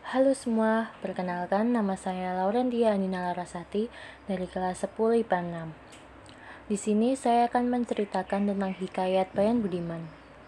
Halo semua, perkenalkan nama saya Laurentia Anina Larasati dari kelas 10 IPA 6. Di sini saya akan menceritakan tentang hikayat Bayan Budiman.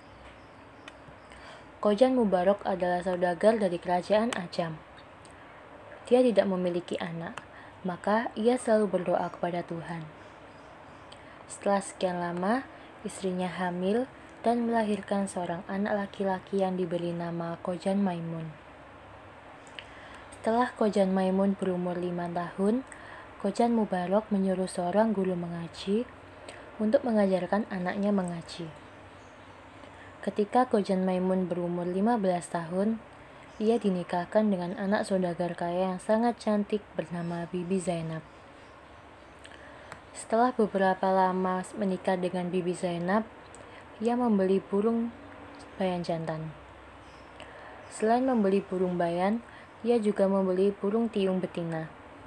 Kojan Mubarok adalah saudagar dari kerajaan Ajam. Dia tidak memiliki anak, maka ia selalu berdoa kepada Tuhan. Setelah sekian lama, istrinya hamil dan melahirkan seorang anak laki-laki yang diberi nama Kojan Maimun. Setelah Kojan Maimun berumur 5 tahun, Kojan Mubarok menyuruh seorang guru mengaji untuk mengajarkan anaknya mengaji. Ketika Kojan Maimun berumur 15 tahun, ia dinikahkan dengan anak saudagar kaya yang sangat cantik bernama Bibi Zainab. Setelah beberapa lama menikah dengan Bibi Zainab, ia membeli burung bayan jantan. Selain membeli burung bayan, ia juga membeli burung tiung betina.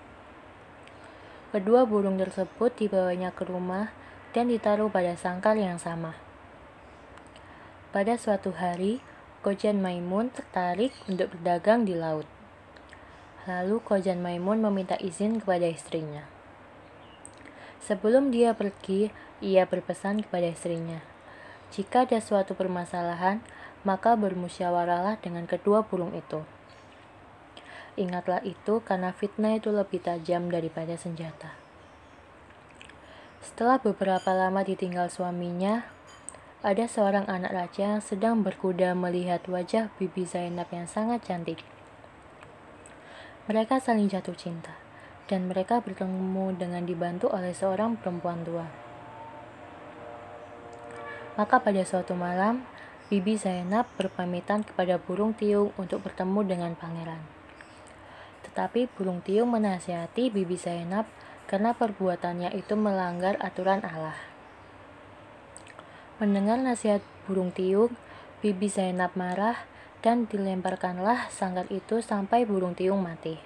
Kedua burung tersebut dibawanya ke rumah dan ditaruh pada sangkar yang sama. Pada suatu hari, Kojan Maimun tertarik untuk berdagang di laut. Lalu Kojan Maimun meminta izin kepada istrinya. Sebelum dia pergi, ia berpesan kepada istrinya, jika ada suatu permasalahan, maka bermusyawarahlah dengan kedua burung itu. Ingatlah itu karena fitnah itu lebih tajam daripada senjata. Setelah beberapa lama ditinggal suaminya, ada seorang anak raja yang sedang berkuda melihat wajah Bibi Zainab yang sangat cantik. Mereka saling jatuh cinta, dan mereka bertemu dengan dibantu oleh seorang perempuan tua. Maka pada suatu malam, Bibi Zainab berpamitan kepada burung tiung untuk bertemu dengan pangeran. Tetapi burung tiung menasihati Bibi Zainab karena perbuatannya itu melanggar aturan Allah. Mendengar nasihat burung tiung, Bibi Zainab marah dan dilemparkanlah sangkar itu sampai burung tiung mati.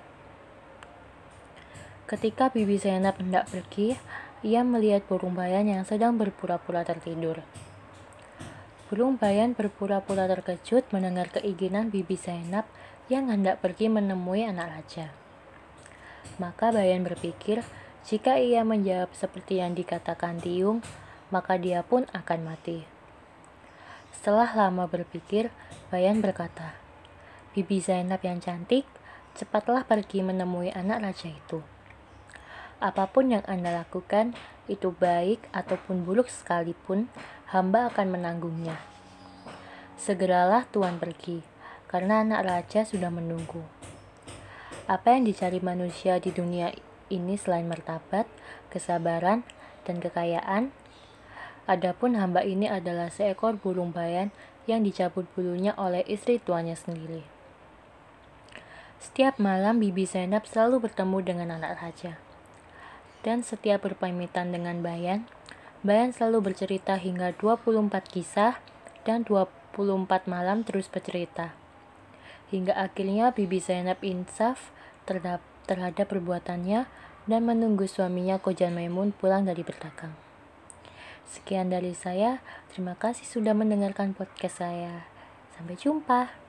Ketika Bibi Zainab hendak pergi, ia melihat burung bayan yang sedang berpura-pura tertidur. Burung bayan berpura-pura terkejut mendengar keinginan Bibi Zainab yang hendak pergi menemui anak raja. Maka bayan berpikir, jika ia menjawab seperti yang dikatakan tiung, maka dia pun akan mati. Setelah lama berpikir, bayan berkata, "Bibi Zainab yang cantik, cepatlah pergi menemui anak raja itu. Apapun yang Anda lakukan, itu baik ataupun buruk sekalipun, hamba akan menanggungnya. Segeralah Tuan pergi, karena anak raja sudah menunggu." Apa yang dicari manusia di dunia ini selain martabat, kesabaran, dan kekayaan? Adapun hamba ini adalah seekor burung bayan yang dicabut bulunya oleh istri tuannya sendiri. Setiap malam Bibi Zainab selalu bertemu dengan anak raja. Dan setiap berpamitan dengan bayan selalu bercerita hingga 24 kisah dan 24 malam terus bercerita. Hingga akhirnya Bibi Zainab insaf terhadap perbuatannya dan menunggu suaminya Kojan Maimun pulang dari berdagang. Sekian dari saya, terima kasih sudah mendengarkan podcast saya. Sampai jumpa.